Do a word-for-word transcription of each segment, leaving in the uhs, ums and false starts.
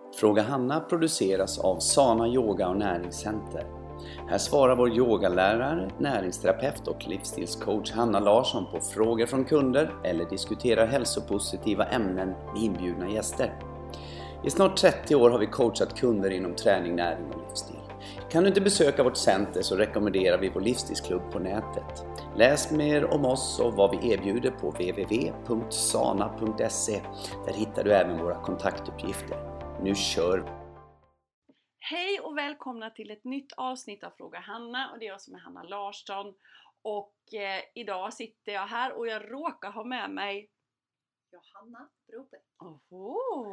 Fråga Hanna produceras av Sana Yoga och Näringscenter. Här svarar vår yogalärare, näringsterapeut och livsstilscoach Hanna Larsson på frågor från kunder eller diskuterar hälsopositiva ämnen med inbjudna gäster. I snart trettio år har vi coachat kunder inom träning, näring och livsstil. Kan du inte besöka vårt center så rekommenderar vi vår livsstilsklubb på nätet. Läs mer om oss och vad vi erbjuder på w w w punkt sana punkt se. Där hittar du även våra kontaktuppgifter. Nu kör vi! Hej och välkomna till ett nytt avsnitt av Fråga Hanna, och det är jag som är Hanna Larsson. Och eh, idag sitter jag här och jag råkar ha med mig Johanna Brobeck. Oho,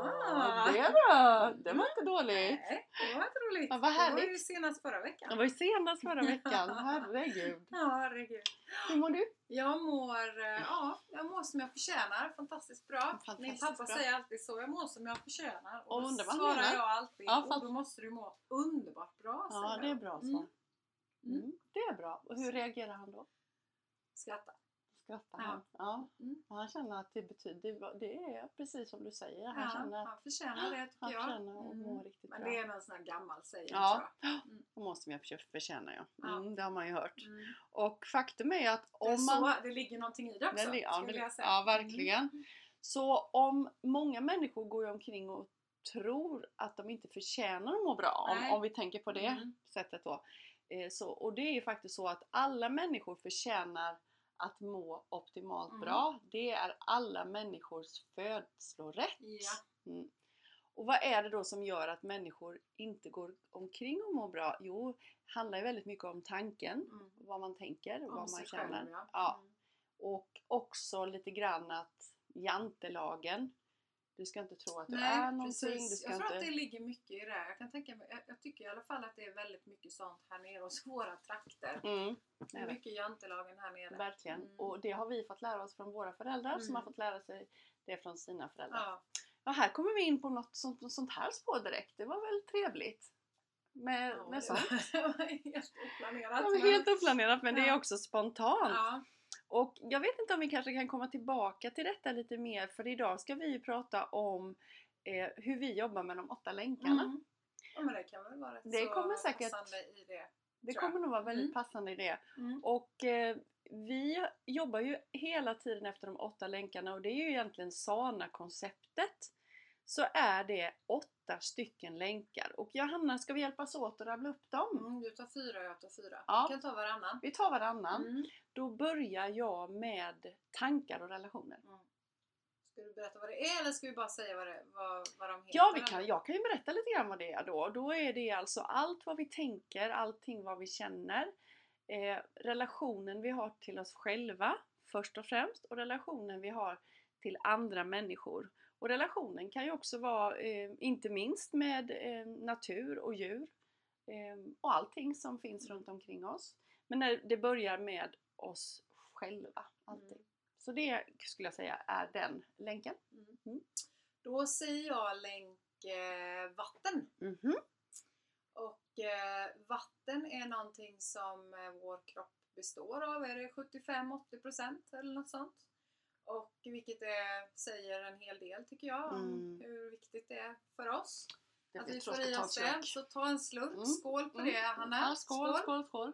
Ja. det var, det var inte dåligt. Nej, det var inte roligt. Ja, vad det härligt. var ju senast förra veckan. Det var ju senast förra veckan, herregud. Ja, herregud. Hur mår du? Jag mår, eh, ja, jag mår som jag förtjänar. Fantastiskt bra. Fantastiskt Min pappa bra. säger alltid så, jag mår som jag förtjänar. Och Och då undrar vad han svarar menar. jag alltid, Ja, och fast- då måste du må underbart bra. Ja, säger det är jag. bra svar. Mm. Mm. Mm. Det är bra. Och hur reagerar han då? Skratta. Skrattar Ja. han? Ja. Mm. Han känner att det betyder, det är precis som du säger. Han Ja, känner att han förtjänar det tycker han jag. förtjänar och Mm. mår riktigt Men bra. det är någon sån här gammal sägning Ja. tror jag. Mm. Det måste jag förtjäna, ja. Ja. Mm, det har man ju hört. Mm. Och faktum är att Det, är om man... så, det ligger någonting i det också, Det- ja, skulle det- jag säga. ja, verkligen. Mm. Så om många människor går ju omkring och tror att de inte förtjänar att må bra, om, Nej. om vi tänker på det Mm. sättet då. Eh, så, och det är ju faktiskt så att alla människor förtjänar att må optimalt Mm. bra. Det är alla människors födslorätt. Ja. Mm. Och vad är det då som gör att människor inte går omkring och mår bra? Jo, det handlar ju väldigt mycket om tanken, Mm. vad man tänker, Om vad man sig känner. själv, ja. Ja. Mm. Och också lite grann att jantelagen, du ska inte tro att du Nej, är någonting. precis. Du ska Jag tror inte... att det ligger mycket i det. Jag kan tänka mig, jag, jag tycker i alla fall att det är väldigt mycket sånt här nere hos våra trakter. Mm, Det är mycket jantelagen här nere. verkligen. Mm. Och det har vi fått lära oss från våra föräldrar som Mm. har fått lära sig det från sina föräldrar. Ja. Ja, här kommer vi in på något sånt, sånt här spår direkt. Det var väl trevligt med, Ja, med det sånt. var- det var helt oplanerat. Det var men- helt oplanerat, men det är Ja. också spontant. Ja. Och jag vet inte om vi kanske kan komma tillbaka till detta lite mer, för idag ska vi ju prata om eh, hur vi jobbar med de åtta länkarna. Mm. Ja, men det kan väl vara rätt Det så kommer säkert- passande i det. Det tror jag. kommer nog vara väldigt Mm. passande i det. Mm. Och eh, vi jobbar ju hela tiden efter de åtta länkarna, och det är ju egentligen Sana-konceptet. Så är det åtta stycken länkar. Och Johanna, ska vi hjälpas åt att rabbla upp dem? Mm, du tar fyra, jag tar fyra. Ja. Vi kan ta varannan. Vi tar varannan. Mm. Då börjar jag med tankar och relationer. Mm. Ska du berätta vad det är eller ska vi bara säga vad, det, vad, vad de heter? Ja, vi kan, jag kan ju berätta lite grann vad det är då. Då är det alltså allt vad vi tänker, allting vad vi känner. Eh, relationen vi har till oss själva först och främst, och relationen vi har till andra människor. Och relationen kan ju också vara eh, inte minst med eh, natur och djur eh, och allting som finns runt omkring oss. Men när det börjar med oss själva alltid. Mm. Så det skulle jag säga är den länken. Mm. Mm. Då säger jag länk eh, vatten. Mhm. Och eh, vatten är någonting som eh, vår kropp består av. Är det sjuttiofem till åttio procent eller något sånt? Och vilket är, säger en hel del tycker jag om Mm. hur viktigt det är för oss. Det Att jag vi tror får jag i ska ta oss en det. slurk. Så ta en slurk. Mm. Skål på Mm. det Hanna. Ja, skål, skål, skål.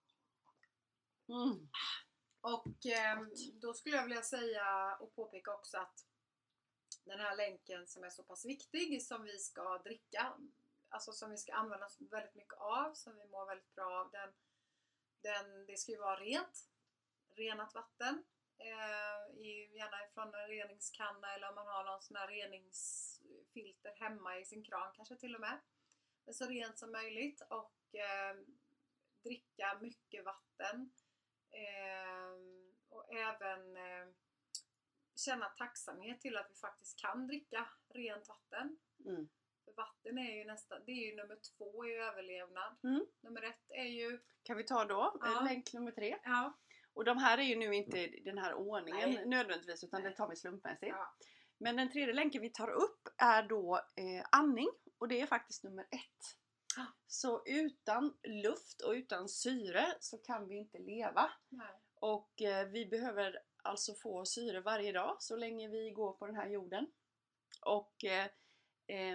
Mm. Och eh, då skulle jag vilja säga och påpeka också att den här länken som är så pass viktig, som vi ska dricka, alltså som vi ska använda väldigt mycket av, som vi mår väldigt bra av, den, den, det ska ju vara rent, renat vatten, eh, i, gärna från en reningskanna eller om man har någon sån här reningsfilter hemma i sin kran kanske till och med. Men så rent som möjligt, och eh, dricka mycket vatten. Eh, och även eh, känna tacksamhet till att vi faktiskt kan dricka rent vatten. Mm. För vatten är ju nästan, det är ju nummer två i överlevnad. Mm. Nummer ett är ju, Kan vi ta då Ja. länk nummer tre? ja, Och de här är ju nu inte i den här ordningen Nej. nödvändigtvis, utan Nej. det tar vi slumpmässigt. ja. Men den tredje länken vi tar upp är då eh, andning, och det är faktiskt nummer ett. Ah. Så utan luft och utan syre så kan vi inte leva. Nej. Och eh, vi behöver alltså få syre varje dag så länge vi går på den här jorden. Och eh, Eh,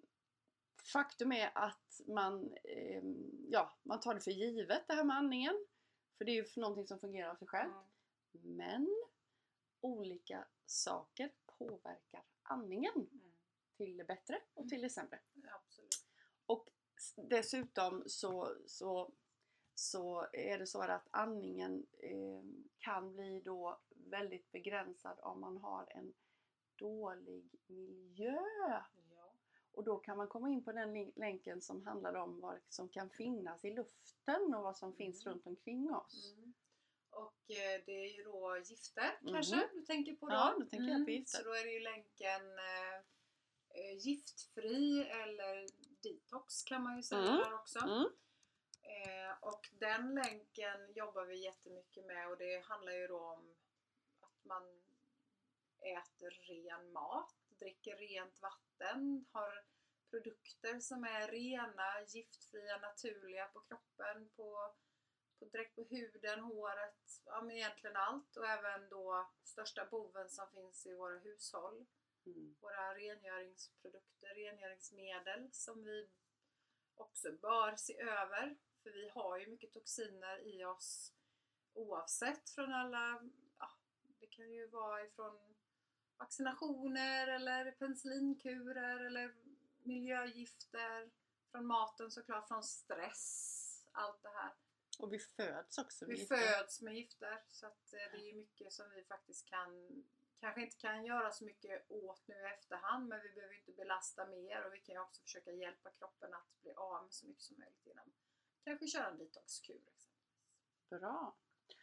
faktum är att man, eh, ja, man tar det för givet det här med andningen. För det är ju för någonting som fungerar av sig själv. Mm. Men olika saker påverkar andningen Mm. till det bättre och till det sämre. Absolut. Och dessutom så, så, så är det så att andningen eh, kan bli då väldigt begränsad om man har en dålig miljö. Ja. Och då kan man komma in på den länken som handlar om vad som kan finnas i luften och vad som Mm. finns runt omkring oss. Mm. Och eh, det är ju då gifter Mm. kanske du tänker på då? Ja, då tänker jag på Mm. gifter. Så då är det ju länken eh, giftfri eller detox kan man ju säga Mm. här också. Mm. Eh, och den länken jobbar vi jättemycket med och det handlar ju då om att man äter ren mat, dricker rent vatten, har produkter som är rena, giftfria, naturliga på kroppen, på, på direkt på huden, håret, ja men egentligen allt och även då största boven som finns i våra hushåll. Mm. Våra rengöringsprodukter, rengöringsmedel som vi också bör se över. För vi har ju mycket toxiner i oss oavsett från alla, ja, det kan ju vara ifrån vaccinationer eller penicillinkurer eller miljögifter, från maten såklart, från stress, allt det här. Och vi föds också med Vi gifter. föds med gifter så att eh, det är ju mycket som vi faktiskt kan, kanske inte kan göra så mycket åt nu i efterhand, men vi behöver inte belasta mer och vi kan ju också försöka hjälpa kroppen att bli av med så mycket som möjligt genom kanske köra en detoxkur exempelvis. Bra.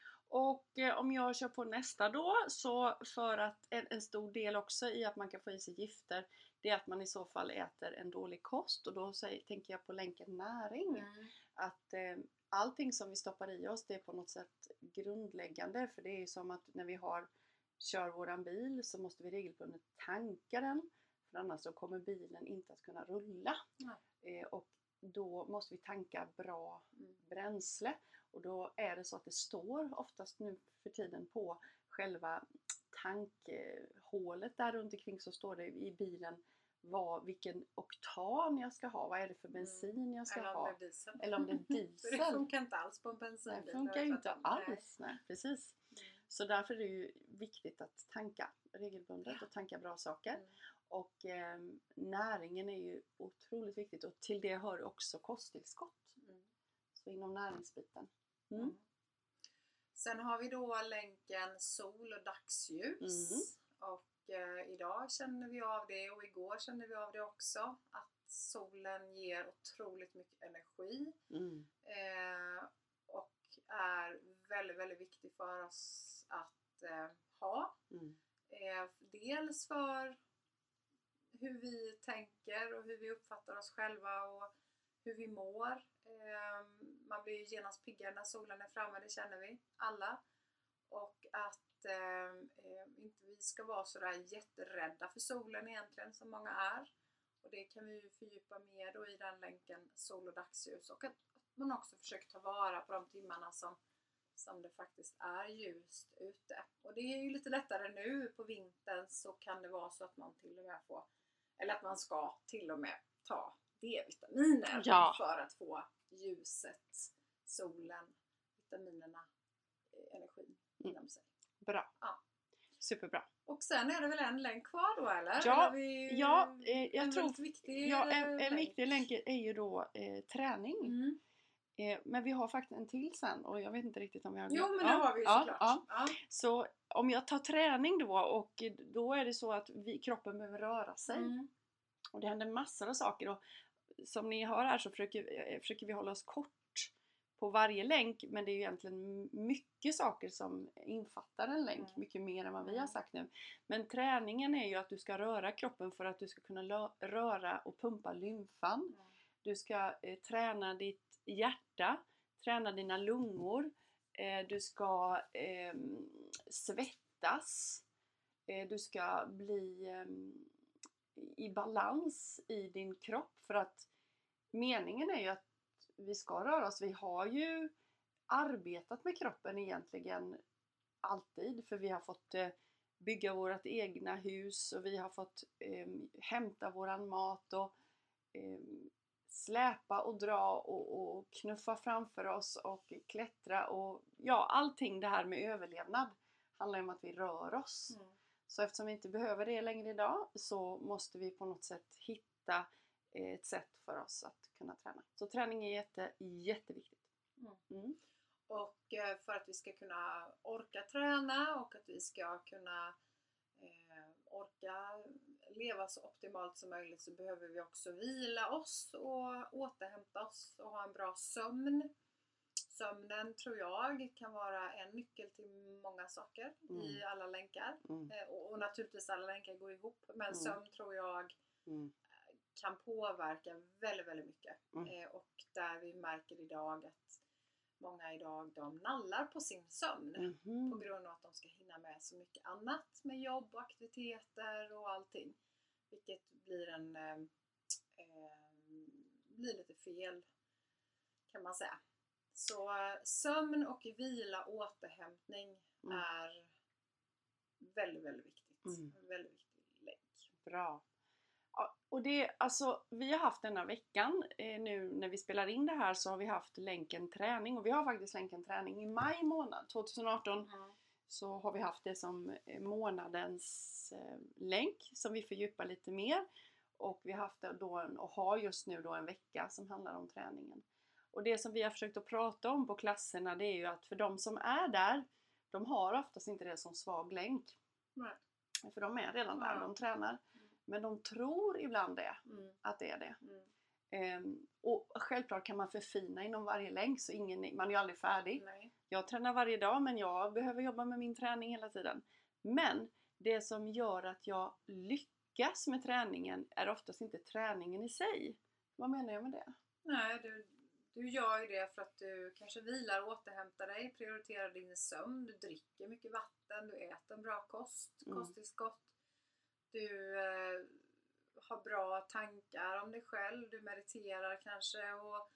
Och eh, om jag kör på nästa då, så för att en, en stor del också i att man kan få i sig gifter, det är att man i så fall äter en dålig kost. Och då säger, tänker jag på länken näring. Mm. Att eh, allting som vi stoppar i oss, det är på något sätt grundläggande. För det är ju som att när vi har, kör våran bil så måste vi regelbundet tanka den. För annars så kommer bilen inte att kunna rulla. Mm. Eh, och då måste vi tanka bra Mm. bränsle. Och då är det så att det står oftast nu för tiden på själva tankhålet där runt omkring, så står det i bilen vad, vilken oktan jag ska ha. Vad är det för bensin jag ska Eller om ha? det är diesel. Eller om det är För det diesel. funkar inte alls på en bensinbil. Det funkar ju inte alls. Nej, precis. Mm. Så därför är det ju viktigt att tanka regelbundet Ja. och tanka bra saker. Mm. Och eh, näringen är ju otroligt viktigt. Och till det hör också kosttillskott. Mm. Så inom näringsbiten. Mm. Mm. Sen har vi då länken sol och dagsljus. Mm. Och eh, idag känner vi av det och igår kände vi av det också. Att solen ger otroligt mycket energi. Mm. Eh, och är väldigt, väldigt viktig för oss att eh, ha. Mm. Eh, dels för hur vi tänker och hur vi uppfattar oss själva och hur vi mår. Eh, man blir ju genast piggare när solen är framme, det känner vi alla. Och att eh, inte vi ska vara sådär jätterädda för solen egentligen som många är. Och det kan vi ju fördjupa mer då i den länken sol och dagsljus. Och att man också försöker ta vara på de timmarna som, som det faktiskt är ljust ute. Och det är ju lite lättare nu på vintern, så kan det vara så att man till och med får, eller att man ska till och med ta D-vitaminer Ja. för att få ljuset, solen, vitaminerna, energin Mm. inom sig. Bra. Ja. Superbra. Och sen är det väl en länk kvar då, eller? Ja, eller vi, ja, eh, jag en tror- väldigt viktig Ja, en, eh, en viktig länk är ju då eh, träning. Mm. Eh, men vi har faktiskt en till sen och jag vet inte riktigt om jag har Jo, glömt. men det har vi ju ja, såklart. ja. Ja. Så om jag tar träning då, och då är det så att vi, kroppen behöver röra sig. Mm. Och det händer massor av saker. Och som ni hör här så försöker, eh, försöker vi hålla oss kort på varje länk. Men det är ju egentligen mycket saker som infattar en länk. Mm. Mycket mer än vad vi Mm. har sagt nu. Men träningen är ju att du ska röra kroppen för att du ska kunna lö- röra och pumpa lymfan. Mm. Du ska eh, träna ditt hjärta, träna dina lungor, eh, du ska eh, svettas, eh, du ska bli eh, i balans i din kropp. För att meningen är ju att vi ska röra oss. Vi har ju arbetat med kroppen egentligen alltid, för vi har fått eh, bygga vårt egna hus och vi har fått eh, hämta våran mat och eh, släpa och dra och, och knuffa framför oss och klättra och ja, allting det här med överlevnad handlar om att vi rör oss. Mm. Så eftersom vi inte behöver det längre idag så måste vi på något sätt hitta ett sätt för oss att kunna träna. Så träning är jätte, jätteviktigt. Mm. Mm. Och eh, för att vi ska kunna orka träna och att vi ska kunna eh, orka leva så optimalt som möjligt så behöver vi också vila oss och återhämta oss och ha en bra sömn. Sömnen tror jag kan vara en nyckel till många saker Mm. i alla länkar. Mm. Eh, och, och naturligtvis alla länkar går ihop. Men Mm. sömn tror jag Mm. kan påverka väldigt, väldigt mycket. Mm. Eh, och där vi märker idag att många idag de nallar på sin sömn. Mhm. På grund av att de ska hinna med så mycket annat med jobb och aktiviteter och allting. Vilket blir en eh, eh, blir lite fel kan man säga. Så sömn och vila, återhämtning Mm. är väldigt, väldigt viktigt. Mm. En väldigt viktig länk. Bra. Ja, och det, alltså, vi har haft denna veckan, eh, nu när vi spelar in det här så har vi haft länken träning och vi har faktiskt länken träning i maj månad tjugoarton. Mm. Så har vi haft det som eh, månadens eh, länk som vi fördjupar lite mer. Och vi har haft det då en, och har just nu då en vecka som handlar om träningen. Och det som vi har försökt att prata om på klasserna det är ju att för de som är där, de har oftast inte det som svag länk. Nej. För de är redan där, Ja. de tränar. Mm. Men de tror ibland det, Mm. att det är det. Mm. Ehm, och självklart kan man förfina inom varje länk så ingen, man är ju aldrig färdig. Nej. Jag tränar varje dag men jag behöver jobba med min träning hela tiden. Men det som gör att jag lyckas med träningen är oftast inte träningen i sig. Vad menar jag med det? Nej, du, du gör ju det för att du kanske vilar, återhämtar dig, prioriterar din sömn, du dricker mycket vatten, du äter en bra kost, Mm. kosttillskott. Du eh, har bra tankar om dig själv, du mediterar kanske och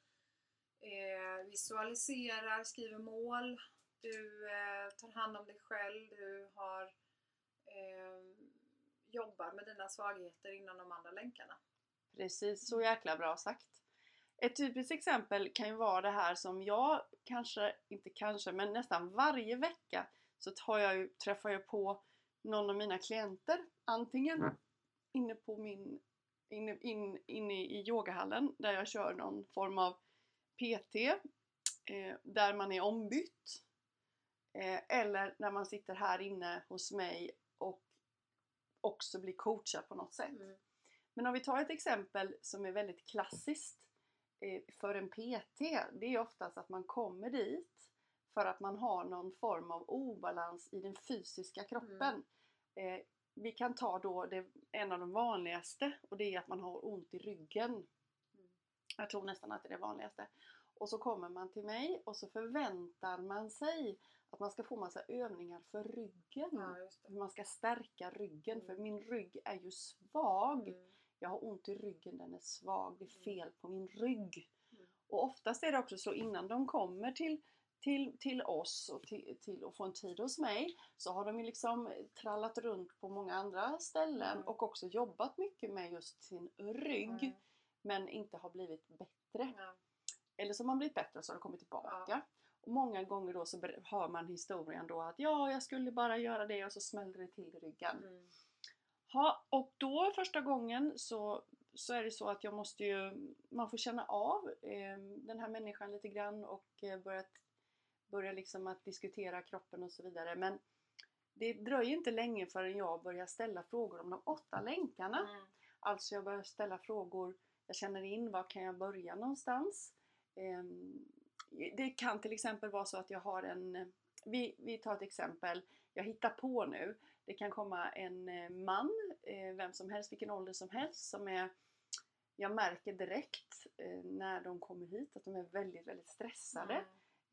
eh, visualiserar, skriver mål. Du eh, tar hand om dig själv, du har eh, jobbar med dina svagheter innan de andra länkarna. Precis, så jäkla bra sagt. Ett typiskt exempel kan ju vara det här som jag kanske, inte kanske, men nästan varje vecka så tar jag ju, träffar jag på någon av mina klienter. Antingen inne på min, inne, in, inne i yogahallen där jag kör någon form av P T. Eh, där man är ombytt. Eh, eller när man sitter här inne hos mig och också blir coachad på något sätt. Mm. Men om vi tar ett exempel som är väldigt klassiskt eh, för en P T. Det är oftast att man kommer dit för att man har någon form av obalans i den fysiska kroppen. Mm. Eh, vi kan ta då det, en av de vanligaste och det är att man har ont i ryggen. Mm. Jag tror nästan att det är det vanligaste. Och så kommer man till mig och så förväntar man sig att man ska få massa övningar för ryggen. Ja, just det. Hur man ska stärka ryggen. Mm. För min rygg är ju svag. Mm. Jag har ont i ryggen, den är svag. Det är fel på min rygg. Mm. Och oftast är det också så innan de kommer till, till, till oss och till, till att få en tid hos mig. Så har de ju liksom trallat runt på många andra ställen. Mm. Och också jobbat mycket med just sin rygg. Mm. Men inte har blivit bättre. Ja. Eller som har blivit bättre och så har det kommit tillbaka. Ja. Och många gånger då så hör man historien då att ja, jag skulle bara göra det och så smällde det till i ryggen. Mm. Ja, och då första gången så, så är det så att jag måste ju, man får känna av eh, den här människan lite grann och eh, börja, börja liksom att diskutera kroppen och så vidare. Men det dröjer inte länge förrän jag börjar ställa frågor om de åtta länkarna. Mm. Alltså jag börjar ställa frågor, jag känner in var kan jag börja någonstans. Eh, det kan till exempel vara så att jag har en, vi, vi tar ett exempel, jag hittar på nu. Det kan komma en man, vem som helst, vilken ålder som helst, som är, jag märker direkt när de kommer hit att de är väldigt, väldigt stressade.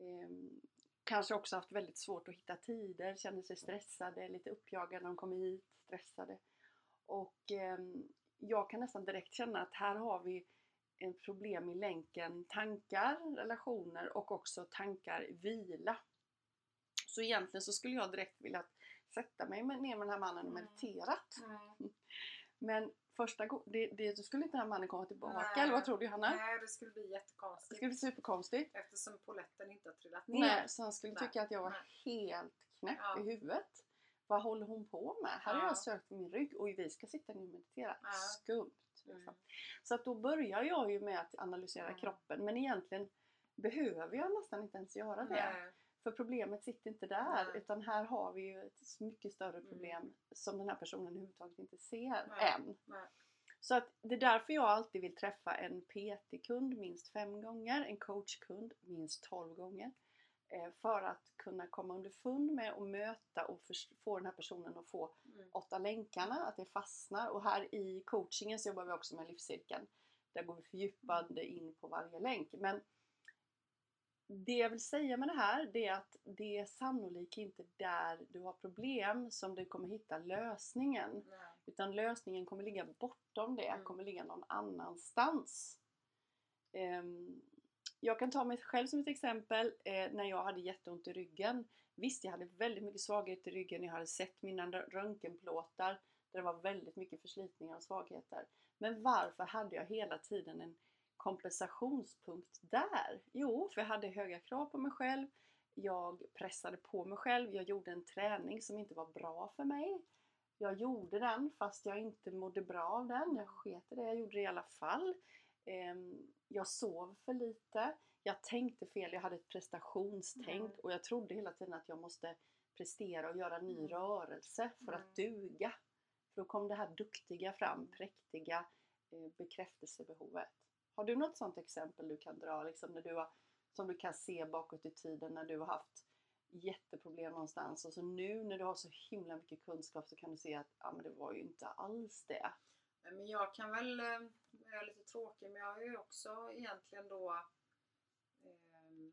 Mm. Kanske också haft väldigt svårt att hitta tider, känner sig stressade, lite uppjagade när de kommer hit, stressade. Och eh, jag kan nästan direkt känna att här har vi en problem i länken tankar, relationer och också tankar vila. Så egentligen så skulle jag direkt vilja sätta mig med, ner med den här mannen och Mm. mediterat. Mm. Men första gången, det, det, då skulle inte den här mannen komma tillbaka, Nej. eller vad tror du Hanna? Nej, det skulle bli Det jättekonstigt. skulle bli superkonstigt. Eftersom poletten inte har trillat ner. Nej, så han skulle Nej. tycka att jag var Nej. helt knäpp Ja. i huvudet. Vad håller hon på med? Här har Ja. jag sökt min rygg och vi ska sitta ner och meditera. Ja. Skumt. Liksom. Mm. Så att då börjar jag ju med att analysera Mm. kroppen. Men egentligen behöver jag nästan inte ens göra det. Nej. För problemet sitter inte där. Nej. Utan här har vi ju ett mycket större Mm. problem som den här personen överhuvudtaget inte ser Nej. än. Nej. Så att det är därför jag alltid vill träffa en P T-kund minst fem gånger. En coachkund minst tolv gånger. Eh, för att kunna komma underfund med och möta och för, få den här personen att få Mm. åtta länkarna, att det fastnar. Och här i coachingen så jobbar vi också med livscirkeln. Där går vi fördjupande in på varje länk. Men det jag vill säga med det här, det är att det är sannolikt inte där du har problem som du kommer hitta lösningen. Nej. Utan lösningen kommer ligga bortom det, Mm. kommer ligga någon annanstans. Um, jag kan ta mig själv som ett exempel eh, när jag hade jätteont i ryggen. Visst, jag hade väldigt mycket svaghet i ryggen. Jag hade sett mina röntgenplåtar där det var väldigt mycket förslitningar och svagheter. Men varför hade jag hela tiden en kompensationspunkt där? Jo, för jag hade höga krav på mig själv. Jag pressade på mig själv. Jag gjorde en träning som inte var bra för mig. Jag gjorde den fast jag inte mådde bra av den. Jag sket i det. Jag gjorde det i alla fall. Jag sov för lite. Jag tänkte fel. Jag hade ett prestationstänk. Mm. Och jag trodde hela tiden att jag måste prestera och göra en ny Mm. rörelse för Mm. att duga. För då kom det här duktiga fram. Präktiga eh, bekräftelsebehovet. Har du något sånt exempel du kan dra? Liksom när du har, som du kan se bakåt i tiden när du har haft jätteproblem någonstans. Och så nu när du har så himla mycket kunskap så kan du se att ja, men det var ju inte alls det. Men jag kan väl, jag är lite tråkig, men jag har ju också egentligen då eh,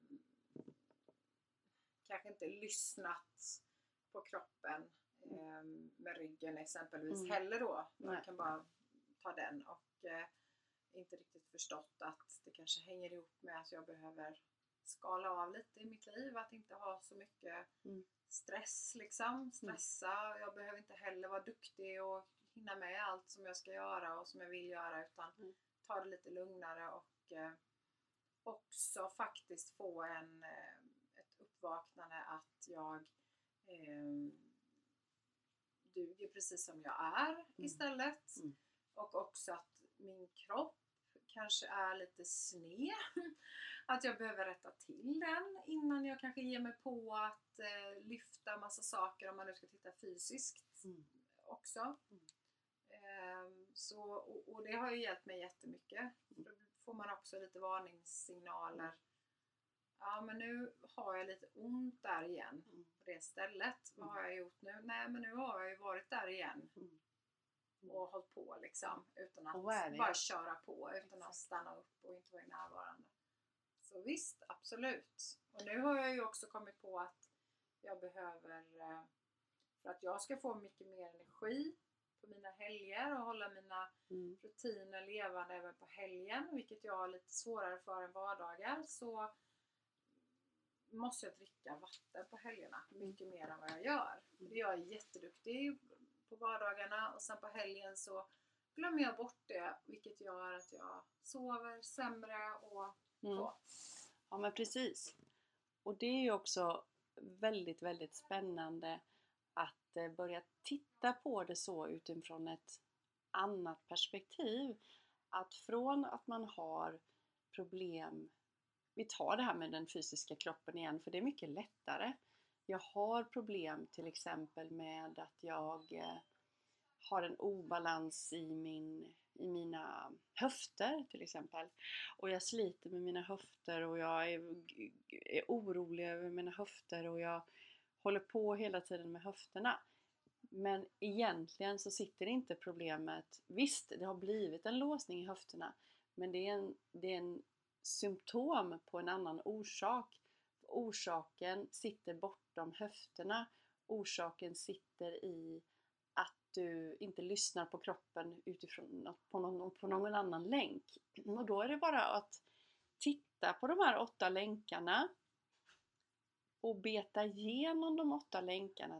kanske inte lyssnat på kroppen eh, med ryggen exempelvis Mm. heller då. Nej. Jag kan bara ta den och eh, inte riktigt förstått att det kanske hänger ihop med att jag behöver skala av lite i mitt liv, att inte ha så mycket Mm. stress liksom, stressa. Jag behöver inte heller vara duktig och hinna med allt som jag ska göra och som jag vill göra, utan Mm. ta det lite lugnare och eh, också faktiskt få en, eh, ett uppvaknande att jag eh, duger precis som jag är Mm. istället. Mm. Och också att min kropp kanske är lite sned. Att jag behöver rätta till den innan jag kanske ger mig på att eh, lyfta massa saker, om man nu ska titta fysiskt Mm. också. Mm. Ehm, så, och, och det har ju hjälpt mig jättemycket. Då får man också lite varningssignaler. Ja, men nu har jag lite ont där igen Mm. på det stället. Vad har jag gjort nu? Nej, men nu har jag ju varit där igen. Mm. Och hållit på liksom, utan Och vad är att det? bara köra på, utan Exakt. att stanna upp och inte vara närvarande. Så visst, absolut. Och nu har jag ju också kommit på att jag behöver, eh, för att jag ska få mycket mer energi på mina helger och hålla mina Mm. rutiner levande även på helgen, vilket jag har lite svårare för än vardagar, så måste jag dricka vatten på helgerna mycket mer än vad jag gör. För det jag är jätteduktig på vardagarna, och sen på helgen så glömmer jag bort det, vilket gör att jag sover sämre och Mm. så. Ja, men precis. Och det är ju också väldigt, väldigt spännande att eh, börja titta på det så utifrån ett annat perspektiv. Att från att man har problem, vi tar det här med den fysiska kroppen igen, för det är mycket lättare. Jag har problem till exempel med att jag eh, har en obalans i, min, i mina höfter till exempel. Och jag sliter med mina höfter och jag är, är orolig över mina höfter och jag håller på hela tiden med höfterna. Men egentligen så sitter inte problemet, visst det har blivit en låsning i höfterna, men det är en, det är en symptom på en annan orsak. Orsaken sitter bortom höfterna. Orsaken sitter i att du inte lyssnar på kroppen utifrån på någon, på någon annan länk. Och då är det bara att titta på de här åtta länkarna och beta igenom de åtta länkarna. Titta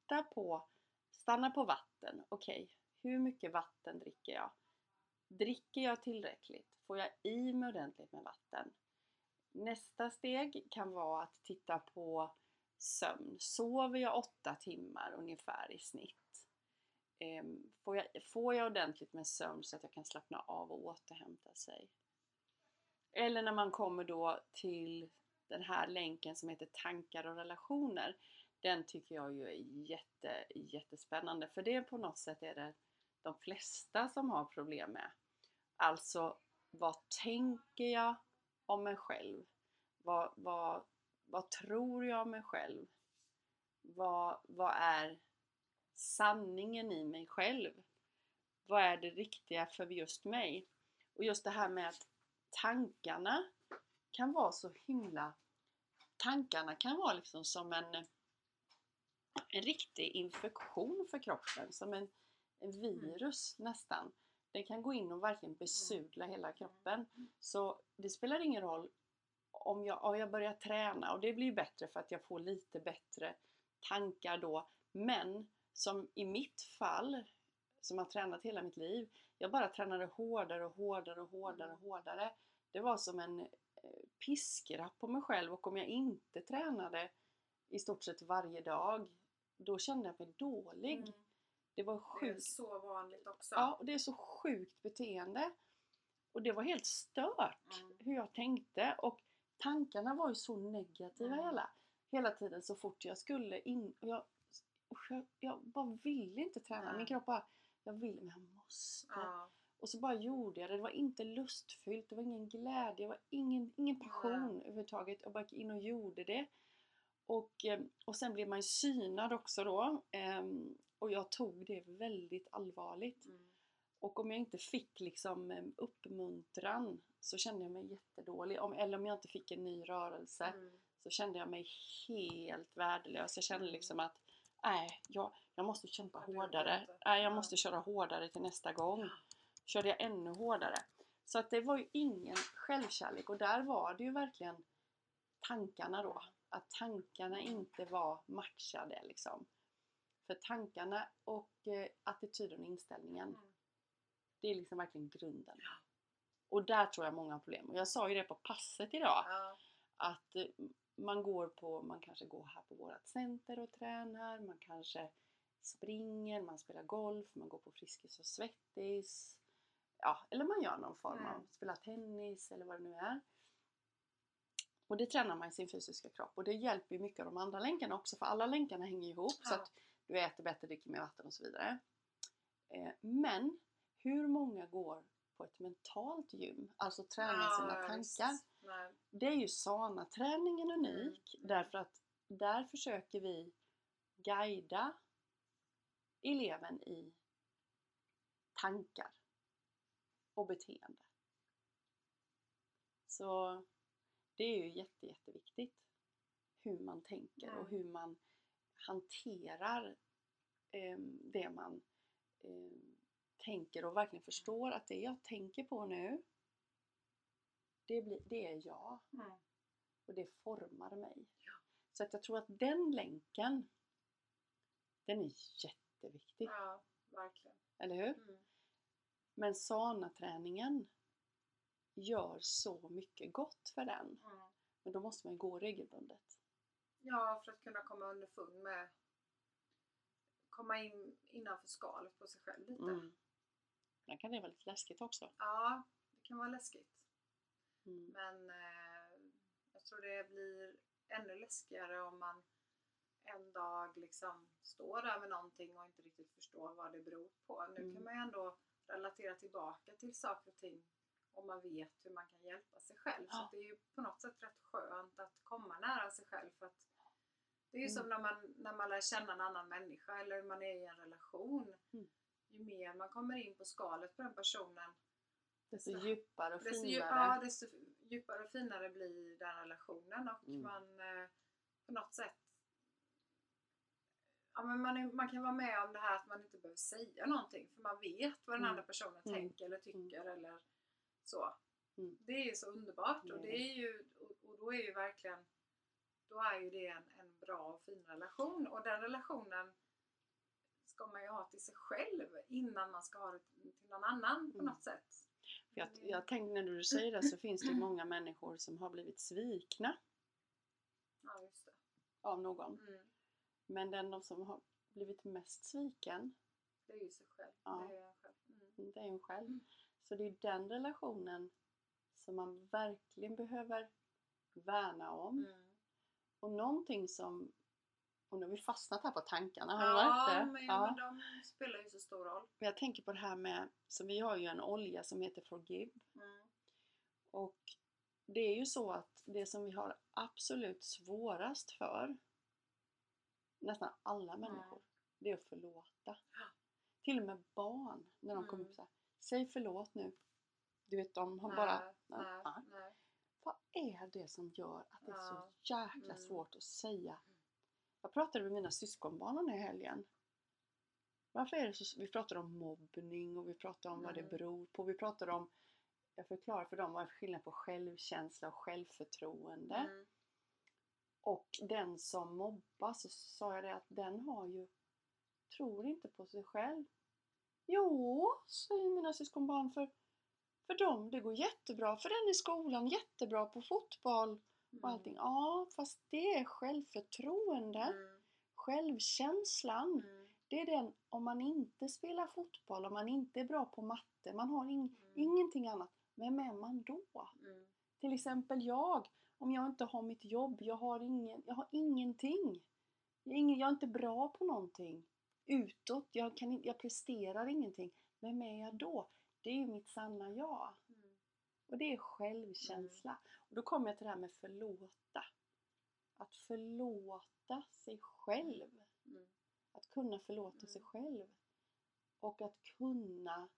titta på, stanna på vatten. Okej, okay, hur mycket vatten dricker jag? Dricker jag tillräckligt? Får jag i mig ordentligt med vatten? Nästa steg kan vara att titta på sömn. Sover jag åtta timmar ungefär i snitt? Får jag, får jag ordentligt med sömn så att jag kan slappna av och återhämta sig? Eller när man kommer då till den här länken som heter tankar och relationer. Den tycker jag ju är jätte, jättespännande. För det på något sätt är det de flesta som har problem med. Alltså, vad tänker jag om mig själv? Vad, vad, vad tror jag om mig själv? Vad, vad är sanningen i mig själv? Vad är det riktiga för just mig? Och just det här med att tankarna kan vara så himla... Tankarna kan vara liksom som en, en riktig infektion för kroppen. Som en, en virus mm. nästan. Den kan gå in och verkligen besudla mm. hela kroppen. Så det spelar ingen roll om jag, om jag börjar träna. Och det blir bättre för att jag får lite bättre tankar då. Men som i mitt fall, som har tränat hela mitt liv. Jag bara tränade hårdare och hårdare och hårdare och hårdare. Det var som en piskrapp på mig själv. Och om jag inte tränade i stort sett varje dag, då kände jag mig dålig. Mm. Det var sjukt. Det är så vanligt också. Ja, och det är så sjukt beteende. Och det var helt stört mm. hur jag tänkte. Och tankarna var ju så negativa mm. hela, hela tiden så fort jag skulle in. Och jag, jag, jag bara ville inte träna. Mm. Min kropp bara, jag vill men jag måste. Mm. Och så bara gjorde jag det. Det var inte lustfyllt. Det var ingen glädje. Det var ingen, ingen passion mm. överhuvudtaget. Jag bara gick in och gjorde det. Och, och sen blev man synad också då. Och jag tog det väldigt allvarligt. Mm. Och om jag inte fick liksom uppmuntran så kände jag mig jättedålig. Om, eller om jag inte fick en ny rörelse mm. så kände jag mig helt värdelös. Jag kände liksom att nej, jag, jag måste kämpa hårdare. Nej, jag måste köra hårdare till nästa gång. Körde jag ännu hårdare. Så att det var ju ingen självkärlek. Och där var det ju verkligen tankarna då. Att tankarna inte var matchade liksom. För tankarna och eh, attityden och inställningen. Mm. Det är liksom verkligen grunden. Ja. Och där tror jag många har problem. Och jag sa ju det på passet idag. Ja. Att eh, man går på, man kanske går här på vårat center och tränar. Man kanske springer, man spelar golf, man går på Friskis och Svettis. Ja, eller man gör någon form av, mm. spelar tennis eller vad det nu är. Och det tränar man i sin fysiska kropp. Och det hjälper ju mycket av de andra länkarna också. För alla länkarna hänger ihop. Ja. Så att du äter bättre, dricker mer vatten och så vidare. Eh, men hur många går på ett mentalt gym? Alltså tränar ja, sina tankar. Det är ju sana-träningen unik. Mm. Därför att där försöker vi guida eleven i tankar och beteende. Så det är ju jätte, jätteviktigt hur man tänker mm. och hur man hanterar eh, det man eh, tänker och verkligen förstår att det jag tänker på nu, det, blir, det är jag. Mm. Och det formar mig. Ja. Så att jag tror att den länken, den är jätteviktig. Ja, verkligen. Eller hur? Mm. Men sana-träningen gör så mycket gott för den. Mm. Men då måste man ju gå regelbundet. Ja, för att kunna komma underfund med, komma in innanför skalet på sig själv lite. Mm. Där kan det vara lite läskigt också. Ja, det kan vara läskigt. Mm. Men eh, jag tror det blir ännu läskigare om man en dag liksom står där med någonting och inte riktigt förstår vad det beror på. Nu mm. kan man ju ändå relatera tillbaka till saker och ting om man vet hur man kan hjälpa sig själv. Ja. Så det är ju på något sätt rätt skönt att komma nära sig själv. För att det är ju mm. som när man, när man lär känna en annan människa eller man är i en relation. Mm. Ju mer man kommer in på skalet på den personen, desto djupare och desto, finare. Ja, desto djupare och finare blir den relationen. Och mm. man eh, på något sätt, ja, men man, är, man kan vara med om det här att man inte behöver säga någonting. För man vet vad den mm. andra personen mm. tänker eller tycker mm. eller så. Mm. Det är ju så underbart. Mm. Och, det är ju, och, och då är ju verkligen, då är ju det en, en bra och fin relation. Och den relationen ska man ju ha till sig själv innan man ska ha det till någon annan på Mm. något sätt. För jag, jag tänkte när du säger det så finns det ju många människor som har blivit svikna Ja, just det. av någon. Mm. Men den som har blivit mest sviken, Det är ju sig själv. Ja. Det är en själv. Mm. det är en själv. Mm. Så det är den relationen som man verkligen behöver värna om. Mm. Och någonting som, och nu har vi fastnat här på tankarna, har du Ja, märkt det? men, Ja. men de spelar ju så stor roll. Jag tänker på det här med, så vi har ju en olja som heter Forgive. Mm. Och det är ju så att det som vi har absolut svårast för, nästan alla människor, det är att förlåta. Till och med barn, när de kommer Mm. upp så här, säg förlåt nu. Du vet, de har Nej, bara, nej, ja. nej. Vad är det som gör att det är så Ja. jäkla Mm. svårt att säga? Jag pratade med mina syskonbarn i helgen. Varför är det så? Vi pratar om mobbning och vi pratar om vad det Mm. beror på. Vi pratar om, jag förklarar för dem vad är skillnad på självkänsla och självförtroende. Mm. Och den som mobbas, så sa jag det att den har ju, tror inte på sig själv. Jo, säger mina syskonbarn, för, för dem, det går jättebra. För den i skolan, jättebra på fotboll och allting. Ja, fast det är självförtroende, Mm. självkänslan. Mm. Det är den, om man inte spelar fotboll, om man inte är bra på matte, man har ing, Mm. ingenting annat. Vem är man då? Mm. Till exempel jag, om jag inte har mitt jobb, jag har, ingen, jag har ingenting. Jag är, ingen, jag är inte bra på någonting. Utåt, jag, kan, jag presterar ingenting. Vem är jag då? Det är ju mitt sanna jag. Mm. Och det är självkänsla. Och då kommer jag till det här med förlåta. Att förlåta sig själv. Mm. Att kunna förlåta Mm. sig själv. Och att kunna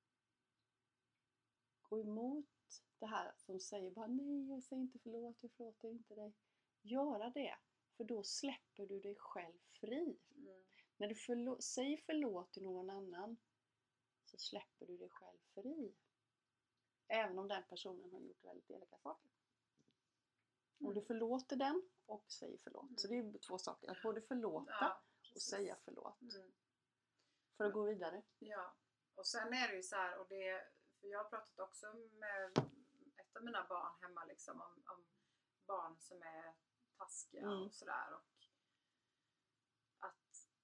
gå emot det här som säger bara nej, jag säger inte förlåt, jag förlåter inte dig. Göra det. För då släpper du dig själv fri. Mm. När du förlå- säger förlåt till någon annan så släpper du dig själv fri. Även om den personen har gjort väldigt elaka saker. Om Mm. du förlåter den och säger förlåt. Mm. Så det är två saker. Att både förlåta Ja, och precis. säga förlåt. Mm. För att gå vidare. Ja, och sen är det ju så här, och det, för jag har pratat också med ett av mina barn hemma liksom om, om barn som är taskiga Mm. och sådär, och att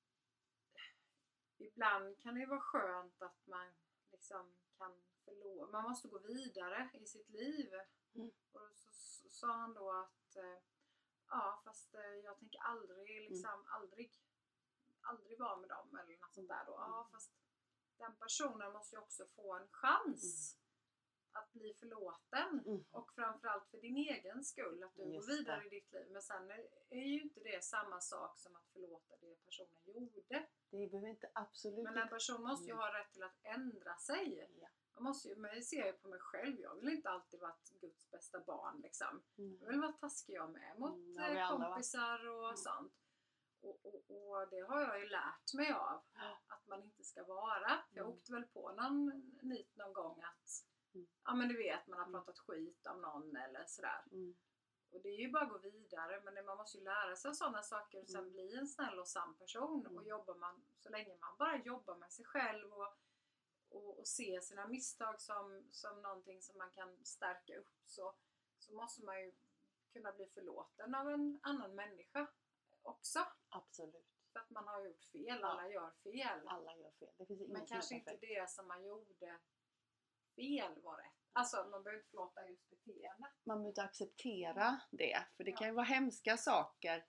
ibland kan det ju vara skönt att man liksom kan förlora, man måste gå vidare i sitt liv. Mm. Och så, så sa han då att eh, ja, fast eh, jag tänker aldrig liksom, Mm. aldrig aldrig vara med dem eller något sånt där då. Ja, Mm. fast den personen måste ju också få en chans att bli förlåten. Mm. Och framförallt för din egen skull, att du Just går vidare det. i ditt liv. Men sen är, är ju inte det samma sak som att förlåta det personen gjorde. Det behöver inte absolut Men en inte. person måste ju Mm. ha rätt till att ändra sig. Ja. Jag måste ju, men jag ser ju på mig själv, jag vill inte alltid vara Guds bästa barn liksom. Mm. Jag vill vara taskig jag med mot Mm, det har vi eh, alla varit. kompisar och Mm. sånt. Och, och, och det har jag ju lärt mig av. Ja. Att man inte ska vara. För jag Mm. åkte väl på någon nit någon gång att Mm. ja men du vet, man har Mm. pratat skit om någon eller sådär. Mm. Och det är ju bara att gå vidare, men det, man måste ju lära sig av sådana saker och sen Mm. bli en snäll och sann person. Mm. Och jobbar man, så länge man bara jobbar med sig själv och, och, och ser sina misstag som, som någonting som man kan stärka upp, så, så måste man ju kunna bli förlåten av en annan människa också. Absolut. För att man har gjort fel, alla gör fel. Alla gör fel. Det finns ingen Men som är kanske inte perfekt. det som man gjorde fel var rätt. Alltså man behöver inte förlåta just beteendet. Man behöver inte acceptera det. För det Ja. kan ju vara hemska saker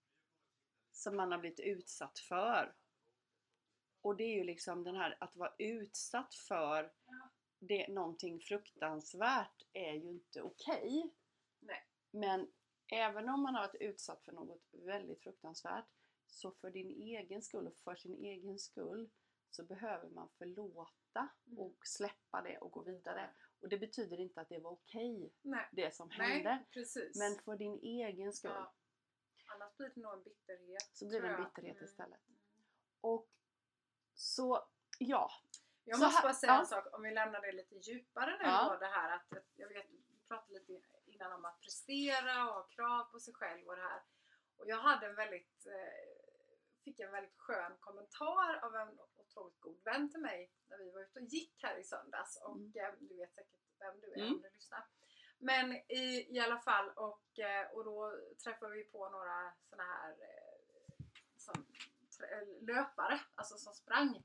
som man har blivit utsatt för. Och det är ju liksom den här att vara utsatt för Ja. det, någonting fruktansvärt är ju inte okej. Nej. Men även om man har varit utsatt för något väldigt fruktansvärt, så för din egen skull och för sin egen skull så behöver man förlåta Mm. och släppa det och gå vidare. Och det betyder inte att det var okej, Nej. det som hände. Nej, precis. Men för din egen skull Ja. Annars blir det nog en bitterhet. så blir det tror en jag. bitterhet Mm. istället. Och så, ja. Jag Så måste här- bara säga ja. en sak, om vi lämnar det lite djupare nu Ja. då, det här att jag vet, vi pratade lite innan om att prestera och ha krav på sig själv och det här. Och jag hade en väldigt eh, fick jag en väldigt skön kommentar av en otroligt god vän till mig när vi var ute och gick här i söndags. Och mm. eh, du vet säkert vem du är mm. om du lyssnar. Men i, i alla fall, och, eh, och då träffade vi på några såna här eh, som, trä, löpare, alltså som sprang.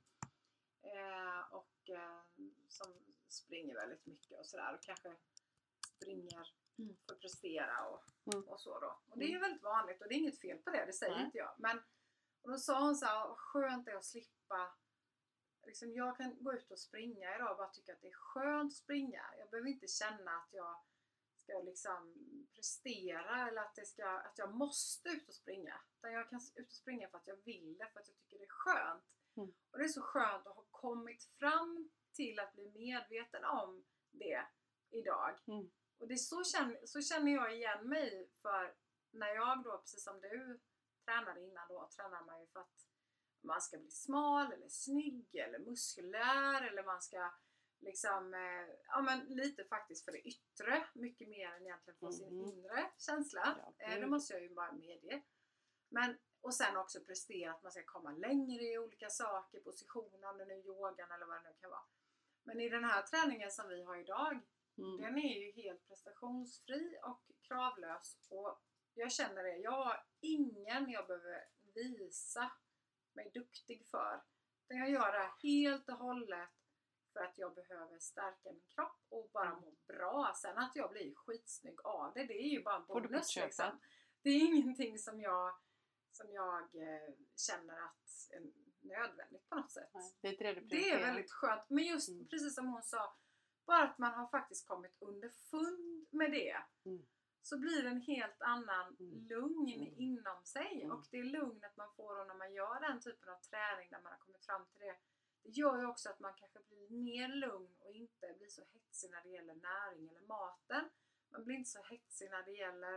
Eh, och eh, som springer väldigt mycket och sådär, och kanske springer mm. för att prestera och, mm. och så då. Och det är ju väldigt vanligt och det är inget fel på det, det säger mm. inte jag. Men och då sa hon så här, vad skönt det är att slippa, liksom jag kan gå ut och springa idag och bara tycka att det är skönt att springa. Jag behöver inte känna att jag ska liksom prestera eller att, det ska, att jag måste ut och springa. Utan jag kan ut och springa för att jag vill det, för att jag tycker det är skönt. Mm. Och det är så skönt att ha kommit fram till att bli medveten om det idag. Mm. Och det är så, känner, så känner jag igen mig, för när jag då, precis som du tränade innan, då tränar man ju för att man ska bli smal eller snygg eller muskulär, eller man ska liksom, eh, ja men lite faktiskt för det yttre, mycket mer än egentligen för mm. sin inre känsla. Ja, eh, det måste jag ju bara medge. Men, och sen också prestera, att man ska komma längre i olika saker, positioner, om det nu är yogan eller vad det nu kan vara. Men i den här träningen som vi har idag, mm. den är ju helt prestationsfri och kravlös. Och jag känner det, jag har ingen jag behöver visa mig duktig för. Utan jag gör det här helt och hållet för att jag behöver stärka min kropp och bara må bra. Sen att jag blir skitsnygg av det, det är ju bara en bonus liksom. Det är ingenting som jag, som jag eh, känner att är nödvändigt på något sätt. Nej, det, är det, det är väldigt skönt. Men just mm. precis som hon sa, bara att man har faktiskt kommit underfund med det. Mm. Så blir det en helt annan mm. lugn mm. inom sig. Mm. Och det är lugnet man får när man gör den typen av träning, när man har kommit fram till det. Det gör ju också att man kanske blir mer lugn och inte blir så hetsig när det gäller näring eller maten. Man blir inte så hetsig när det gäller,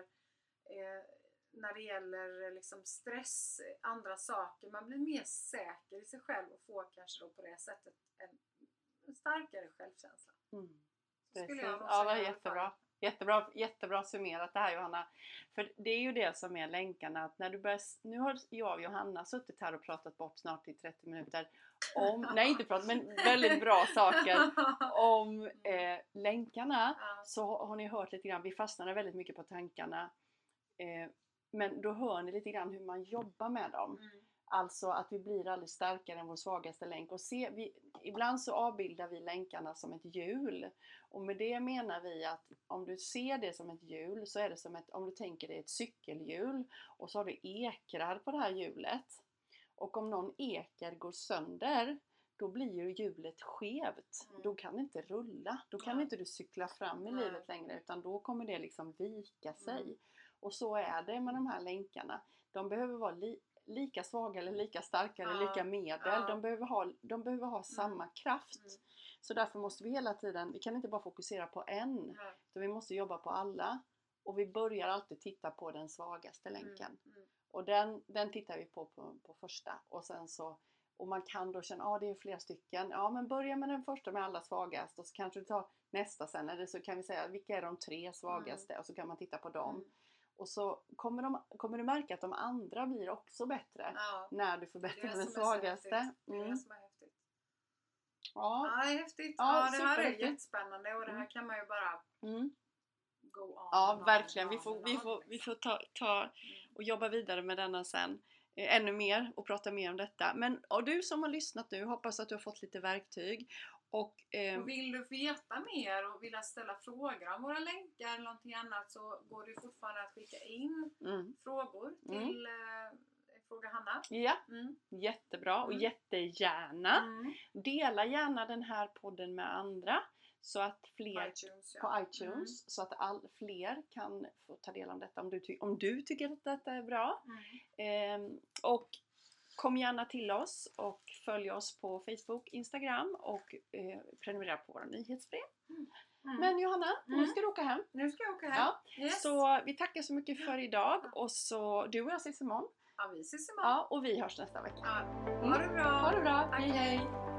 eh, när det gäller liksom stress, andra saker. Man blir mer säker i sig själv och får kanske då på det sättet en, en starkare självkänsla. Mm. Skulle jag ja, det var jättebra. Jättebra, jättebra summerat det här, Johanna. För det är ju det som är länkarna. Att när du börjar, nu har jag och Johanna suttit här och pratat bort snart i trettio minuter. Om, nej inte pratat, men väldigt bra saker. Om eh, länkarna. Så har ni hört lite grann. Vi fastnade väldigt mycket på tankarna. Eh, men då hör ni lite grann hur man jobbar med dem. Mm. Alltså att vi blir aldrig starkare än vår svagaste länk. Och se, vi, ibland så avbildar vi länkarna som ett hjul. Och med det menar vi att om du ser det som ett hjul, så är det som ett, om du tänker det är ett cykelhjul. Och så har du ekrar på det här hjulet. Och om någon eker går sönder, då blir ju hjulet skevt. Mm. Då kan det inte rulla. Då kan mm. inte du cykla fram i mm. livet längre. Utan då kommer det liksom vika sig. Mm. Och så är det med de här länkarna. De behöver vara li- lika svaga eller lika starka eller lika medel. Ja. De behöver ha, de behöver ha samma mm. kraft. Mm. Så därför måste vi hela tiden, vi kan inte bara fokusera på en. Mm. Utan vi måste jobba på alla. Och vi börjar alltid titta på den svagaste länken. Mm. Mm. Och den, den tittar vi på, på på första. Och sen så, och man kan då känna, ja ah, det är flera stycken. Ja men börja med den första med alla svagast. Och så kanske du tar nästa sen. Eller så kan vi säga, vilka är de tre svagaste? Mm. Och så kan man titta på dem. Mm. Och så kommer, de, kommer du märka att de andra blir också bättre. Ja. När du förbättrar den svagaste. Det är det som är häftigt. Ja, ja det är häftigt. Ja, ja det här är jättespännande. Och det här kan man ju bara mm. go on. Ja, verkligen. Vi får, vi får, vi får ta, ta och jobba vidare med denna sen. Eh, ännu mer och prata mer om detta. Men och du som har lyssnat nu, hoppas att du har fått lite verktyg. Och, eh, och vill du veta mer och vill ställa frågor om våra länkar eller någonting annat, så går det fortfarande att skicka in mm. frågor till mm. eh, Fråga Hanna. Ja, mm. jättebra och mm. jättegärna. Mm. Dela gärna den här podden med andra. Så att fler iTunes, ja. på iTunes mm. så att all, fler kan få ta del av detta om du, ty- om du tycker att detta är bra. Mm. Eh, och kom gärna till oss och följ oss på Facebook, Instagram och eh, prenumerera på våra nyhetsbrev. Mm. Mm. Men Johanna, mm. nu ska du åka hem. Nu ska jag åka hem. Ja. Yes. Så vi tackar så mycket för idag. Och så du och jag ses imorgon. Ja, vi ses imorgon. Ja, och vi hörs nästa vecka. Ja. Ha det bra. Ha det bra. Hej hej.